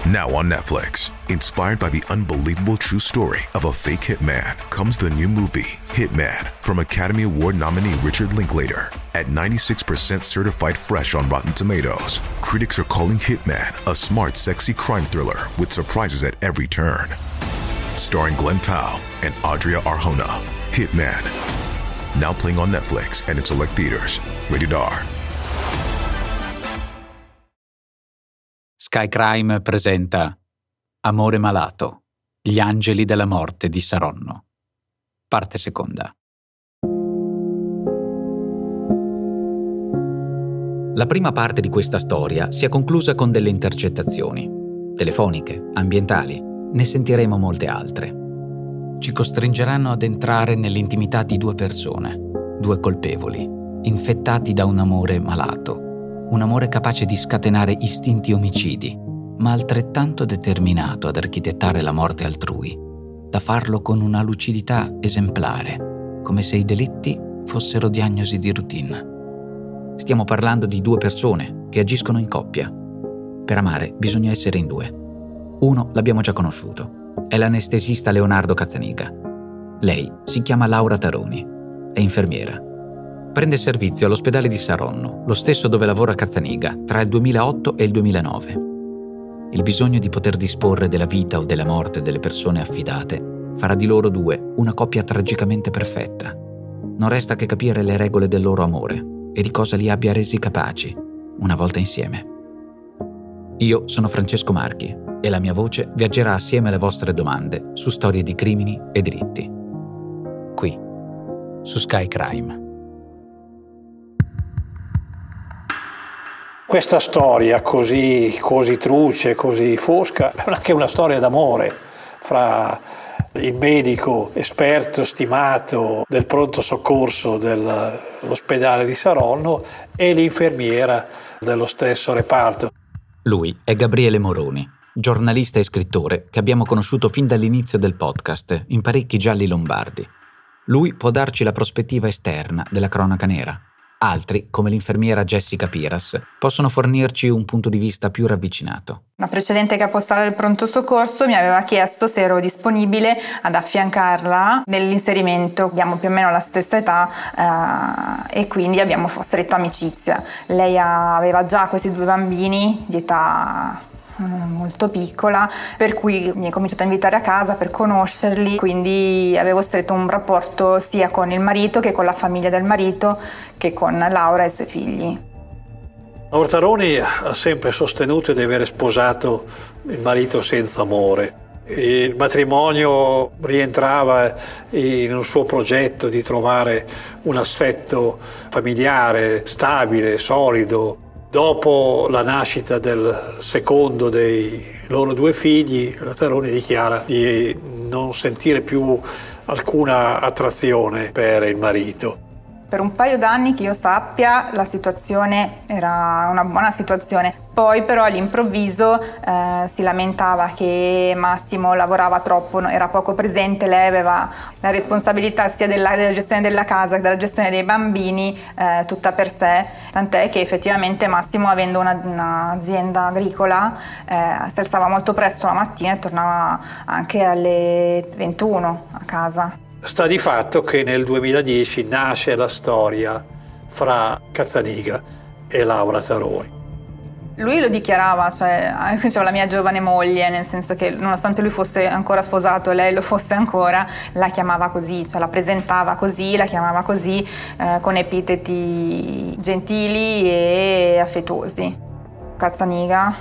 Now on Netflix, inspired by the unbelievable true story of a fake hitman, comes the new movie, Hitman, from Academy Award nominee Richard Linklater. At 96% certified fresh on Rotten Tomatoes, critics are calling Hitman a smart, sexy crime thriller with surprises at every turn. Starring Glenn Powell and Adria Arjona, Hitman. Now playing on Netflix and in select theaters. Rated R. Sky Crime presenta Amore malato, gli angeli della morte di Saronno. Parte seconda. La prima parte di questa storia si è conclusa con delle intercettazioni, telefoniche, ambientali, ne sentiremo molte altre. Ci costringeranno ad entrare nell'intimità di due persone, due colpevoli, infettati da un amore malato. Un amore capace di scatenare istinti omicidi, ma altrettanto determinato ad architettare la morte altrui, da farlo con una lucidità esemplare, come se i delitti fossero diagnosi di routine. Stiamo parlando di due persone che agiscono in coppia. Per amare bisogna essere in due. Uno l'abbiamo già conosciuto, è l'anestesista Leonardo Cazzaniga. Lei si chiama Laura Taroni, è infermiera. Prende servizio all'ospedale di Saronno, lo stesso dove lavora Cazzaniga, tra il 2008 e il 2009. Il bisogno di poter disporre della vita o della morte delle persone affidate farà di loro due una coppia tragicamente perfetta. Non resta che capire le regole del loro amore e di cosa li abbia resi capaci, una volta insieme. Io sono Francesco Marchi e la mia voce viaggerà assieme alle vostre domande su storie di crimini e delitti. Qui, su Sky Crime. Questa storia così truce, così fosca, è anche una storia d'amore fra il medico esperto, stimato del pronto soccorso dell'ospedale di Saronno e l'infermiera dello stesso reparto. Lui è Gabriele Moroni, giornalista e scrittore che abbiamo conosciuto fin dall'inizio del podcast in parecchi gialli lombardi. Lui può darci la prospettiva esterna della cronaca nera. Altri, come l'infermiera Jessica Piras, possono fornirci un punto di vista più ravvicinato. La precedente capostale del pronto soccorso mi aveva chiesto se ero disponibile ad affiancarla nell'inserimento. Abbiamo più o meno la stessa età e quindi abbiamo stretto amicizia. Lei aveva già questi due bambini di età molto piccola, per cui mi ha cominciato a invitare a casa per conoscerli, quindi avevo stretto un rapporto sia con il marito che con la famiglia del marito che con Laura e i suoi figli. Laura Taroni ha sempre sostenuto di aver sposato il marito senza amore. Il matrimonio rientrava in un suo progetto di trovare un assetto familiare stabile, solido. Dopo la nascita del secondo dei loro due figli, la Taroni dichiara di non sentire più alcuna attrazione per il marito. Per un paio d'anni, che io sappia, la situazione era una buona situazione. Poi però all'improvviso si lamentava che Massimo lavorava troppo, era poco presente, lei aveva la responsabilità sia della gestione della casa che della gestione dei bambini tutta per sé, tant'è che effettivamente Massimo, avendo un'azienda agricola, si alzava molto presto la mattina e tornava anche alle 21 a casa. Sta di fatto che nel 2010 nasce la storia fra Cazzaniga e Laura Taroni. Lui lo dichiarava, diceva la mia giovane moglie, nel senso che nonostante lui fosse ancora sposato e lei lo fosse ancora, la chiamava così, la presentava così, la chiamava così, con epiteti gentili e affettuosi. Cazzaniga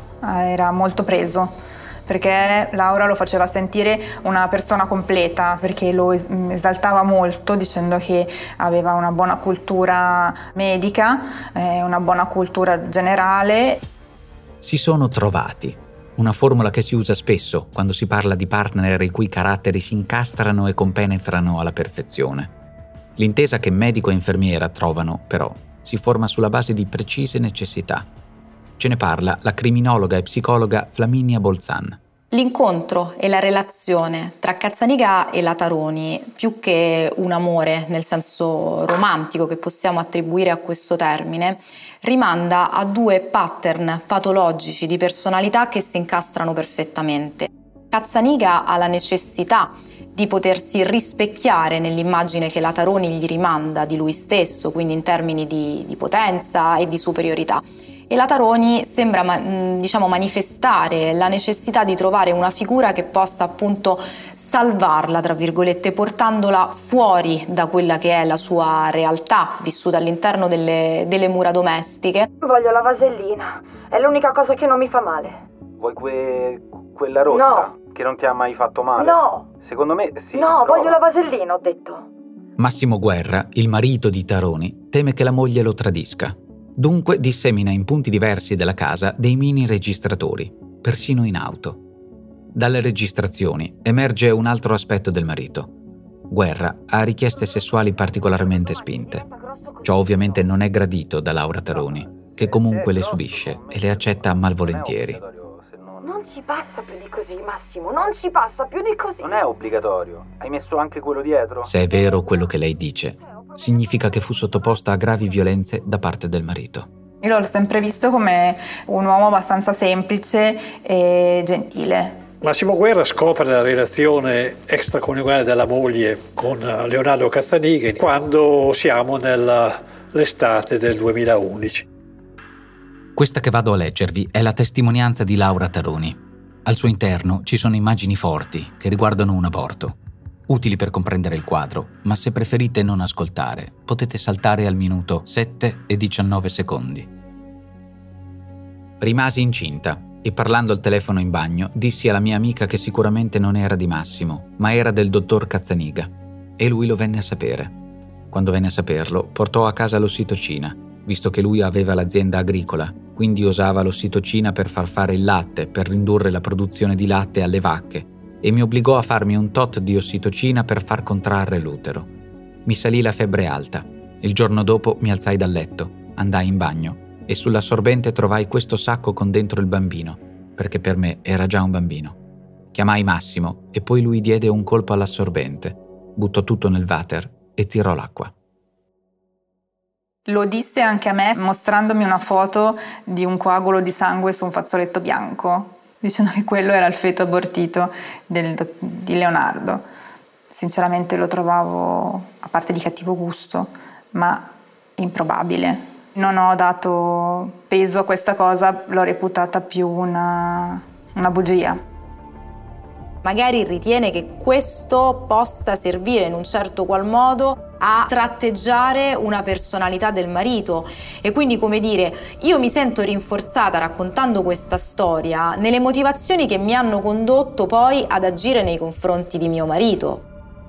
era molto preso, perché Laura lo faceva sentire una persona completa, perché lo esaltava molto dicendo che aveva una buona cultura medica, una buona cultura generale. Si sono trovati, una formula che si usa spesso quando si parla di partner i cui caratteri si incastrano e compenetrano alla perfezione. L'intesa che medico e infermiera trovano, però, si forma sulla base di precise necessità. Ce ne parla la criminologa e psicologa Flaminia Bolzan. L'incontro e la relazione tra Cazzaniga e Lataroni, più che un amore nel senso romantico che possiamo attribuire a questo termine, rimanda a due pattern patologici di personalità che si incastrano perfettamente. Cazzaniga ha la necessità di potersi rispecchiare nell'immagine che Lataroni gli rimanda di lui stesso, quindi in termini di potenza e di superiorità. E Lataroni sembra manifestare la necessità di trovare una figura che possa appunto salvarla, tra virgolette, portandola fuori da quella che è la sua realtà vissuta all'interno delle mura domestiche. Voglio la vasellina, è l'unica cosa che non mi fa male. Vuoi quella rossa? No. Che non ti ha mai fatto male? No. Secondo me sì. No, prova. voglio la vasellina, ho detto. Massimo Guerra, il marito di Taroni, teme che la moglie lo tradisca. Dunque dissemina in punti diversi della casa dei mini registratori, persino in auto. Dalle registrazioni emerge un altro aspetto del marito. Guerra ha richieste sessuali particolarmente spinte. Ciò ovviamente non è gradito da Laura Taroni, che comunque le subisce e le accetta malvolentieri. Non ci passa più di così, Massimo, non ci passa più di così. Non è obbligatorio. Hai messo anche quello dietro? Se è vero quello che lei dice, significa che fu sottoposta a gravi violenze da parte del marito. Io l'ho sempre visto come un uomo abbastanza semplice e gentile. Massimo Guerra scopre la relazione extraconiugale della moglie con Leonardo Cazzaniga quando siamo nell'estate del 2011. Questa che vado a leggervi è la testimonianza di Laura Taroni. Al suo interno ci sono immagini forti che riguardano un aborto, utili per comprendere il quadro, ma se preferite non ascoltare, potete saltare al minuto 7 e 19 secondi. Rimasi incinta e parlando al telefono in bagno dissi alla mia amica che sicuramente non era di Massimo, ma era del dottor Cazzaniga, e lui lo venne a sapere. Quando venne a saperlo, portò a casa l'ossitocina, visto che lui aveva l'azienda agricola, quindi usava l'ossitocina per far fare il latte, per ridurre la produzione di latte alle vacche, e mi obbligò a farmi un tot di ossitocina per far contrarre l'utero. Mi salì la febbre alta. Il giorno dopo mi alzai dal letto, andai in bagno e sull'assorbente trovai questo sacco con dentro il bambino, perché per me era già un bambino. Chiamai Massimo e poi lui diede un colpo all'assorbente, buttò tutto nel water e tirò l'acqua. Lo disse anche a me mostrandomi una foto di un coagulo di sangue su un fazzoletto bianco, dicendo che quello era il feto abortito di Leonardo. Sinceramente lo trovavo, a parte di cattivo gusto, ma improbabile. Non ho dato peso a questa cosa, l'ho reputata più una bugia. Magari ritiene che questo possa servire in un certo qual modo a tratteggiare una personalità del marito e quindi, come dire, io mi sento rinforzata raccontando questa storia nelle motivazioni che mi hanno condotto poi ad agire nei confronti di mio marito.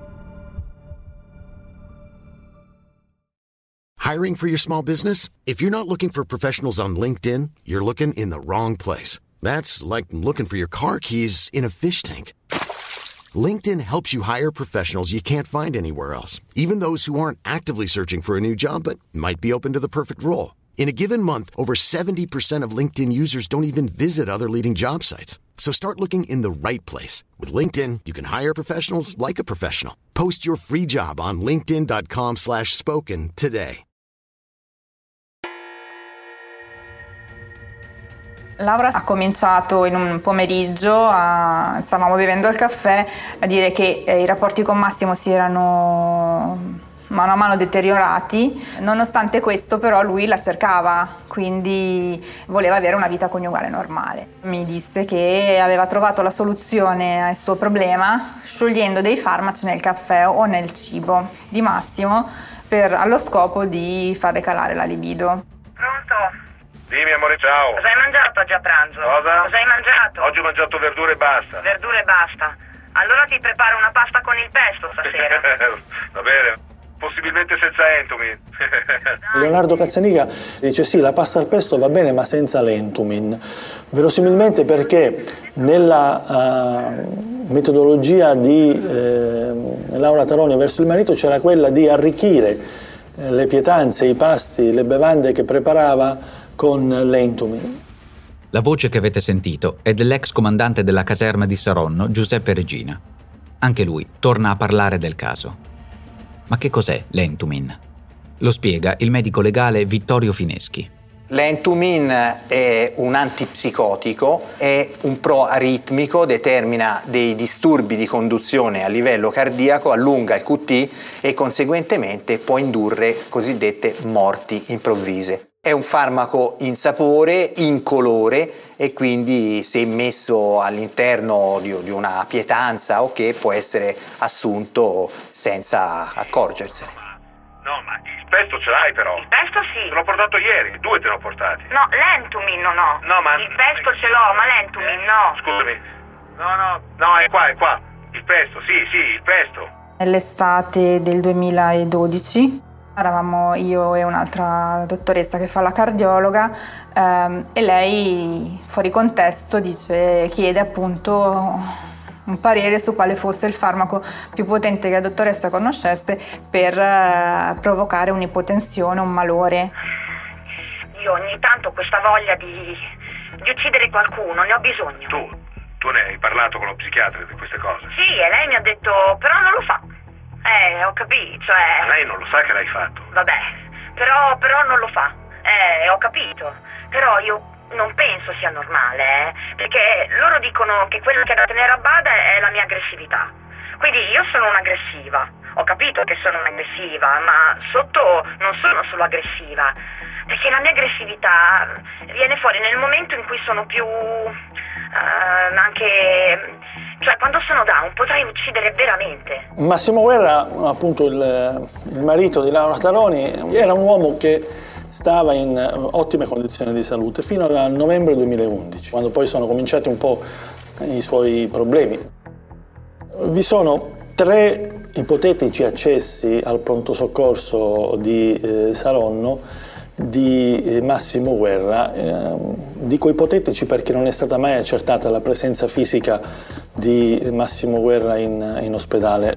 Hiring for your small business? If you're not looking for professionals on LinkedIn, you're looking in the wrong place. That's like looking for your car keys in a fish tank. LinkedIn helps you hire professionals you can't find anywhere else, even those who aren't actively searching for a new job but might be open to the perfect role. In a given month, over 70% of LinkedIn users don't even visit other leading job sites. So start looking in the right place. With LinkedIn, you can hire professionals like a professional. Post your free job on linkedin.com/spoken today. Laura ha cominciato in un pomeriggio, stavamo bevendo il caffè, a dire che i rapporti con Massimo si erano mano a mano deteriorati. Nonostante questo però lui la cercava, quindi voleva avere una vita coniugale normale. Mi disse che aveva trovato la soluzione al suo problema sciogliendo dei farmaci nel caffè o nel cibo di Massimo allo scopo di farle calare la libido. Pronto? Dimmi amore, ciao. Cosa hai mangiato oggi a pranzo? Cosa? Cosa hai mangiato? Oggi ho mangiato verdure e basta. Verdure e basta. Allora ti preparo una pasta con il pesto stasera. Va bene. Possibilmente senza entumin. Leonardo Cazzaniga dice sì, la pasta al pesto va bene ma senza l'entumin. Verosimilmente perché nella metodologia di Laura Taroni verso il marito c'era quella di arricchire le pietanze, i pasti, le bevande che preparava con l'entumin. La voce che avete sentito è dell'ex comandante della caserma di Saronno, Giuseppe Regina. Anche lui torna a parlare del caso. Ma che cos'è l'Entumin? Lo spiega il medico legale Vittorio Fineschi. L'Entumin è un antipsicotico, è un proaritmico, determina dei disturbi di conduzione a livello cardiaco, allunga il QT e conseguentemente può indurre cosiddette morti improvvise. È un farmaco insapore, incolore e quindi se messo all'interno di una pietanza può essere assunto senza accorgersene. No, ma il pesto ce l'hai però. Il pesto sì. Te l'ho portato ieri, 2 te ne ho portati. No, l'Entumin non ho. No, ma... Il pesto ce l'ho, ma l'Entumin no. Scusami. No, è qua. Il pesto, sì, il pesto. Nell'estate del 2012 eravamo io e un'altra dottoressa che fa la cardiologa e lei fuori contesto chiede appunto un parere su quale fosse il farmaco più potente che la dottoressa conoscesse per provocare un'ipotensione, un malore. Io ogni tanto ho questa voglia di uccidere qualcuno, ne ho bisogno. Tu ne hai parlato con lo psichiatra di queste cose? Sì, e lei mi ha detto, però non lo fa. Ho capito, Ma lei non lo sa che l'hai fatto? Vabbè, però non lo fa. Ho capito. Però io non penso sia normale, perché loro dicono che quello che è da tenere a bada è la mia aggressività. Quindi io sono un'aggressiva. Ho capito che sono un'aggressiva, ma sotto non sono solo aggressiva. Perché la mia aggressività viene fuori nel momento in cui sono più... Cioè, quando sono down potrei uccidere veramente. Massimo Guerra, appunto il marito di Laura Taroni, era un uomo che stava in ottime condizioni di salute fino al novembre 2011, quando poi sono cominciati un po' i suoi problemi. Vi sono 3 ipotetici accessi al pronto soccorso di Saronno di Massimo Guerra. Dico ipotetici perché non è stata mai accertata la presenza fisica di Massimo Guerra in ospedale.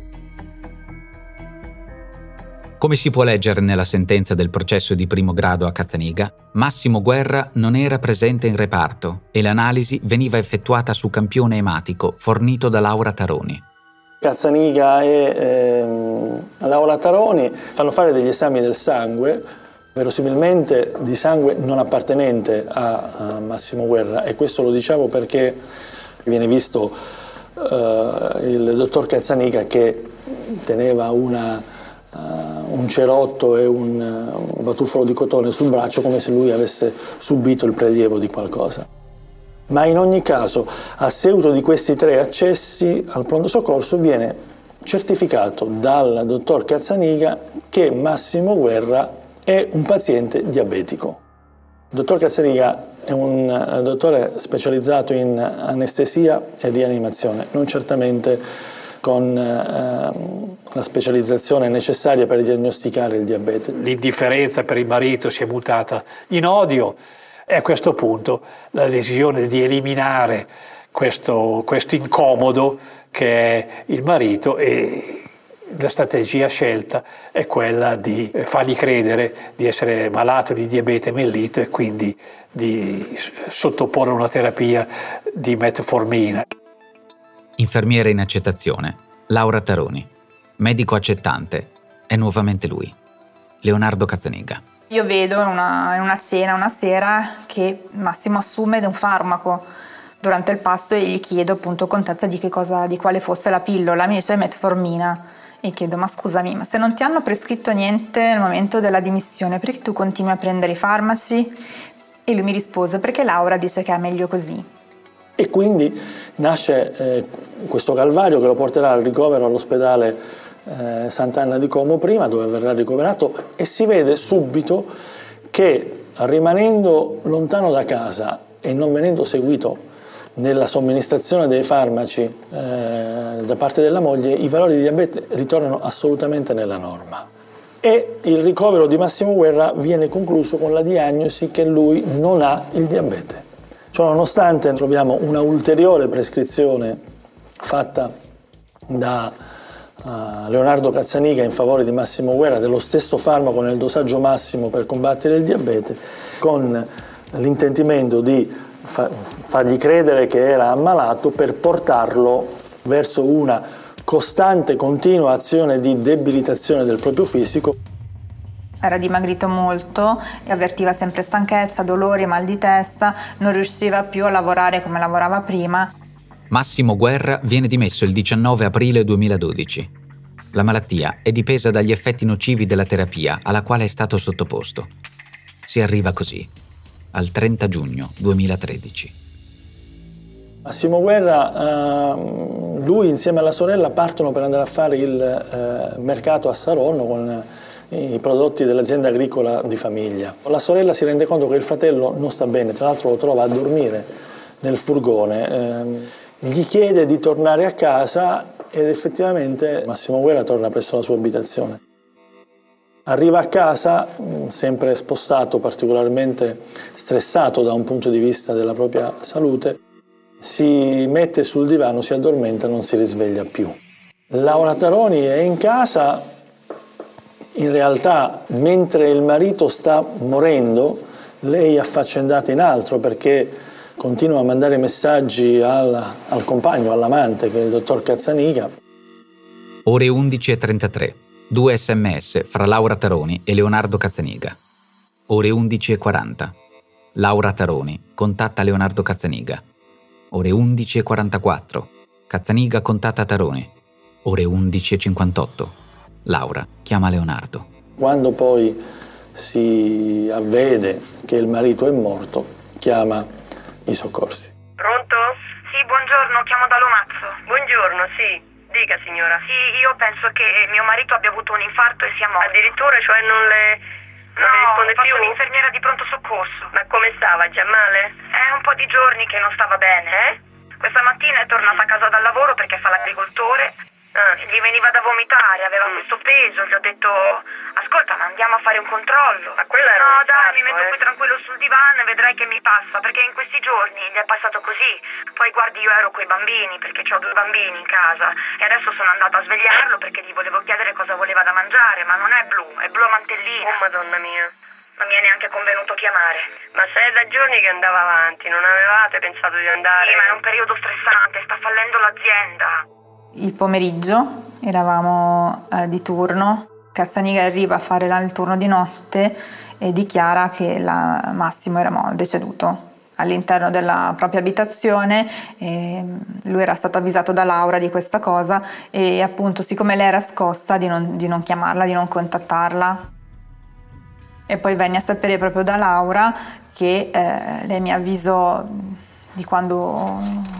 Come si può leggere nella sentenza del processo di primo grado a Cazzaniga, Massimo Guerra non era presente in reparto e l'analisi veniva effettuata su campione ematico fornito da Laura Taroni. Cazzaniga e Laura Taroni fanno fare degli esami del sangue, verosimilmente di sangue non appartenente a Massimo Guerra, e questo lo diciamo perché viene visto il dottor Cazzaniga che teneva un cerotto e un batuffolo di cotone sul braccio come se lui avesse subito il prelievo di qualcosa. Ma in ogni caso, a seguito di questi 3 accessi al pronto soccorso viene certificato dal dottor Cazzaniga che Massimo Guerra è un paziente diabetico. Il dottor Cazzaniga è un dottore specializzato in anestesia e rianimazione, non certamente con la specializzazione necessaria per diagnosticare il diabete. L'indifferenza per il marito si è mutata in odio e a questo punto la decisione di eliminare questo incomodo che è il marito, e la strategia scelta è quella di fargli credere di essere malato di diabete mellito e quindi di sottoporre una terapia di metformina. Infermiera in accettazione, Laura Taroni. Medico accettante, è nuovamente lui, Leonardo Cazzaniga. Io vedo in una cena una sera che Massimo assume un farmaco durante il pasto e gli chiedo appunto contezza di quale fosse la pillola. Mi dice metformina e chiedo ma scusami, ma se non ti hanno prescritto niente nel momento della dimissione, perché tu continui a prendere i farmaci? E lui mi rispose perché Laura dice che è meglio così. E quindi nasce questo calvario che lo porterà al ricovero all'ospedale Sant'Anna di Como prima, dove verrà ricoverato, e si vede subito che, rimanendo lontano da casa e non venendo seguito nella somministrazione dei farmaci da parte della moglie, i valori di diabete ritornano assolutamente nella norma. E il ricovero di Massimo Guerra viene concluso con la diagnosi che lui non ha il diabete. Ciononostante troviamo una ulteriore prescrizione fatta da Leonardo Cazzaniga in favore di Massimo Guerra dello stesso farmaco nel dosaggio massimo per combattere il diabete, con l'intendimento di fargli credere che era ammalato per portarlo verso una costante, continua azione di debilitazione del proprio fisico. Era dimagrito molto e avvertiva sempre stanchezza, dolori, mal di testa, non riusciva più a lavorare come lavorava prima. Massimo Guerra viene dimesso il 19 aprile 2012. La malattia è dipesa dagli effetti nocivi della terapia alla quale è stato sottoposto. Si arriva così, al 30 giugno 2013. Massimo Guerra, lui insieme alla sorella partono per andare a fare il mercato a Saronno con i prodotti dell'azienda agricola di famiglia. La sorella si rende conto che il fratello non sta bene, tra l'altro lo trova a dormire nel furgone. Gli chiede di tornare a casa ed effettivamente Massimo Guerra torna presso la sua abitazione. Arriva a casa, sempre spossato, particolarmente stressato da un punto di vista della propria salute, si mette sul divano, si addormenta, non si risveglia più. Laura Taroni è in casa, in realtà mentre il marito sta morendo, lei è affaccendata in altro perché continua a mandare messaggi al compagno, all'amante, che è il dottor Cazzaniga. Ore 11:33. 2 sms fra Laura Taroni e Leonardo Cazzaniga. Ore 11:40. Laura Taroni contatta Leonardo Cazzaniga. Ore 11:44. Cazzaniga contatta Taroni. Ore 11:58. Laura chiama Leonardo. Quando poi si avvede che il marito è morto, chiama i soccorsi. Pronto? Sì, buongiorno, chiamo da Lomazzo. Buongiorno, sì. Dica signora. Sì, io penso che mio marito abbia avuto un infarto e sia morto. Addirittura, cioè non le risponde più? No, l'infermiera di pronto soccorso. Ma come stava? Già male? È un po' di giorni che non stava bene. Questa mattina è tornata a casa dal lavoro perché fa l'agricoltore. Gli veniva da vomitare, aveva questo peso, gli ho detto ascolta, ma andiamo a fare un controllo. Ma quello era no, dai, mi metto qui tranquillo sul divano e vedrai che mi passa, perché in questi giorni gli è passato così. Poi guardi, io ero coi bambini perché ho 2 bambini in casa e adesso sono andata a svegliarlo perché gli volevo chiedere cosa voleva da mangiare, ma non è blu, è blu a mantellina. Oh madonna mia. Non mi è neanche convenuto chiamare. Ma se è da giorni che andava avanti, non avevate pensato di andare? Sì, ma è un periodo stressante, sta fallendo l'azienda. Il pomeriggio eravamo di turno, Cazzaniga arriva a fare il turno di notte e dichiara che Massimo era deceduto all'interno della propria abitazione. Lui era stato avvisato da Laura di questa cosa e appunto siccome lei era scossa di non chiamarla, di non contattarla. E poi venne a sapere proprio da Laura che lei mi avvisò di quando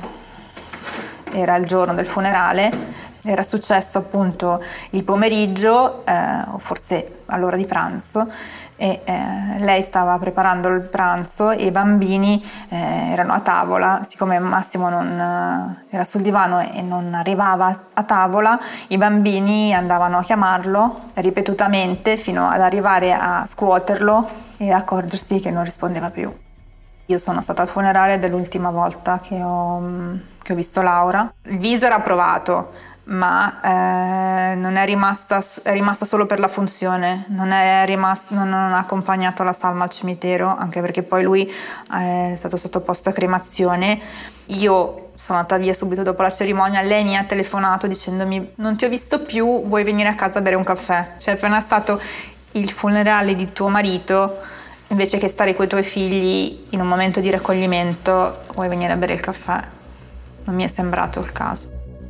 era il giorno del funerale, era successo appunto il pomeriggio, o forse all'ora di pranzo, e lei stava preparando il pranzo e i bambini erano a tavola. Siccome Massimo era sul divano e non arrivava a tavola, i bambini andavano a chiamarlo ripetutamente fino ad arrivare a scuoterlo e accorgersi che non rispondeva più. Io sono stata al funerale dell'ultima volta che ho visto Laura. Il viso era approvato, ma non è rimasta solo per la funzione, non ha accompagnato la salma al cimitero, anche perché poi lui è stato sottoposto a cremazione. Io sono andata via subito dopo la cerimonia, lei mi ha telefonato dicendomi non ti ho visto più, vuoi venire a casa a bere un caffè? Cioè appena stato il funerale di tuo marito, invece che stare con i tuoi figli in un momento di raccoglimento, vuoi venire a bere il caffè? Non mi è sembrato il caso.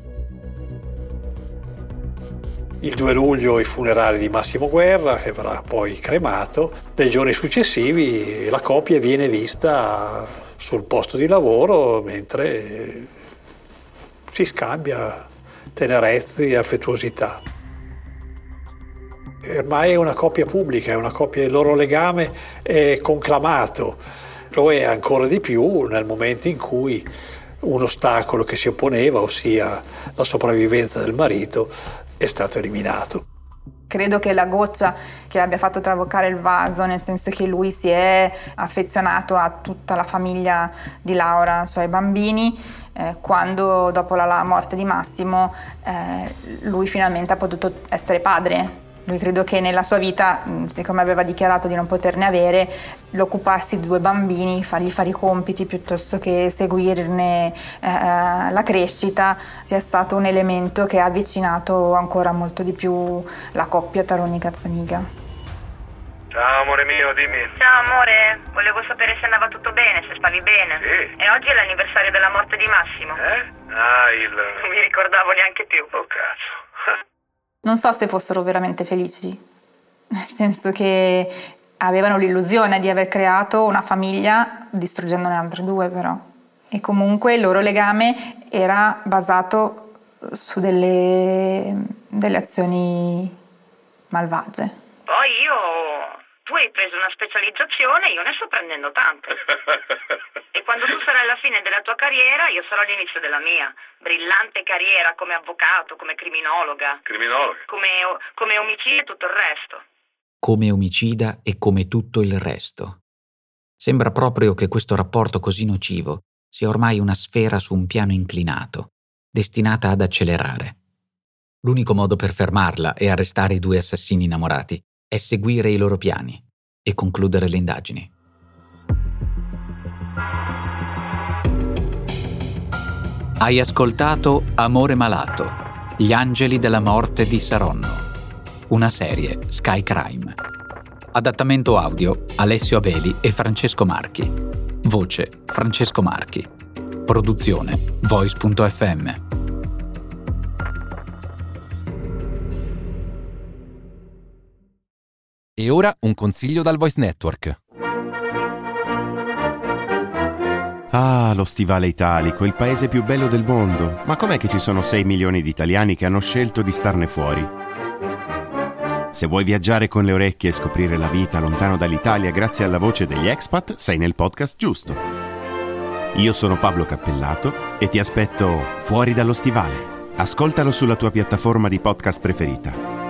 Il 2 luglio i funerali di Massimo Guerra, che verrà poi cremato. Nei giorni successivi la coppia viene vista sul posto di lavoro mentre si scambia tenerezze e affettuosità. Ormai è una coppia pubblica, è una coppia, il loro legame è conclamato. Lo è ancora di più nel momento in cui un ostacolo che si opponeva, ossia la sopravvivenza del marito, è stato eliminato. Credo che la goccia che abbia fatto traboccare il vaso, nel senso che lui si è affezionato a tutta la famiglia di Laura, cioè ai bambini, quando dopo la morte di Massimo lui finalmente ha potuto essere padre. Lui credo che nella sua vita, siccome aveva dichiarato di non poterne avere, l'occuparsi di 2 bambini, fargli fare i compiti piuttosto che seguirne la crescita, sia stato un elemento che ha avvicinato ancora molto di più la coppia Taroni-Cazzaniga. Ciao amore mio, dimmi. Ciao amore, volevo sapere se andava tutto bene, se stavi bene. Sì. E oggi è l'anniversario della morte di Massimo. Non mi ricordavo neanche più. Oh cazzo. Non so se fossero veramente felici, nel senso che avevano l'illusione di aver creato una famiglia distruggendone altre 2 però. E comunque il loro legame era basato su delle azioni malvagie. Poi tu hai preso una specializzazione, io ne sto prendendo tante. E quando tu sarai alla fine della tua carriera, io sarò all'inizio della mia. Brillante carriera come avvocato, come criminologa. Criminologa? Come omicida e tutto il resto. Come omicida e come tutto il resto. Sembra proprio che questo rapporto così nocivo sia ormai una sfera su un piano inclinato, destinata ad accelerare. L'unico modo per fermarla e arrestare i 2 assassini innamorati è seguire i loro piani e concludere le indagini. Hai ascoltato Amore malato, gli angeli della morte di Saronno, una serie Sky Crime. Adattamento audio Alessio Abeli e Francesco Marchi. Voce Francesco Marchi. Produzione Voice.fm. E ora un consiglio dal Voice Network. Ah, lo Stivale Italico, il paese più bello del mondo. Ma com'è che ci sono 6 milioni di italiani che hanno scelto di starne fuori? Se vuoi viaggiare con le orecchie e scoprire la vita lontano dall'Italia grazie alla voce degli expat, sei nel podcast giusto. Io sono Pablo Cappellato e ti aspetto fuori dallo Stivale. Ascoltalo sulla tua piattaforma di podcast preferita.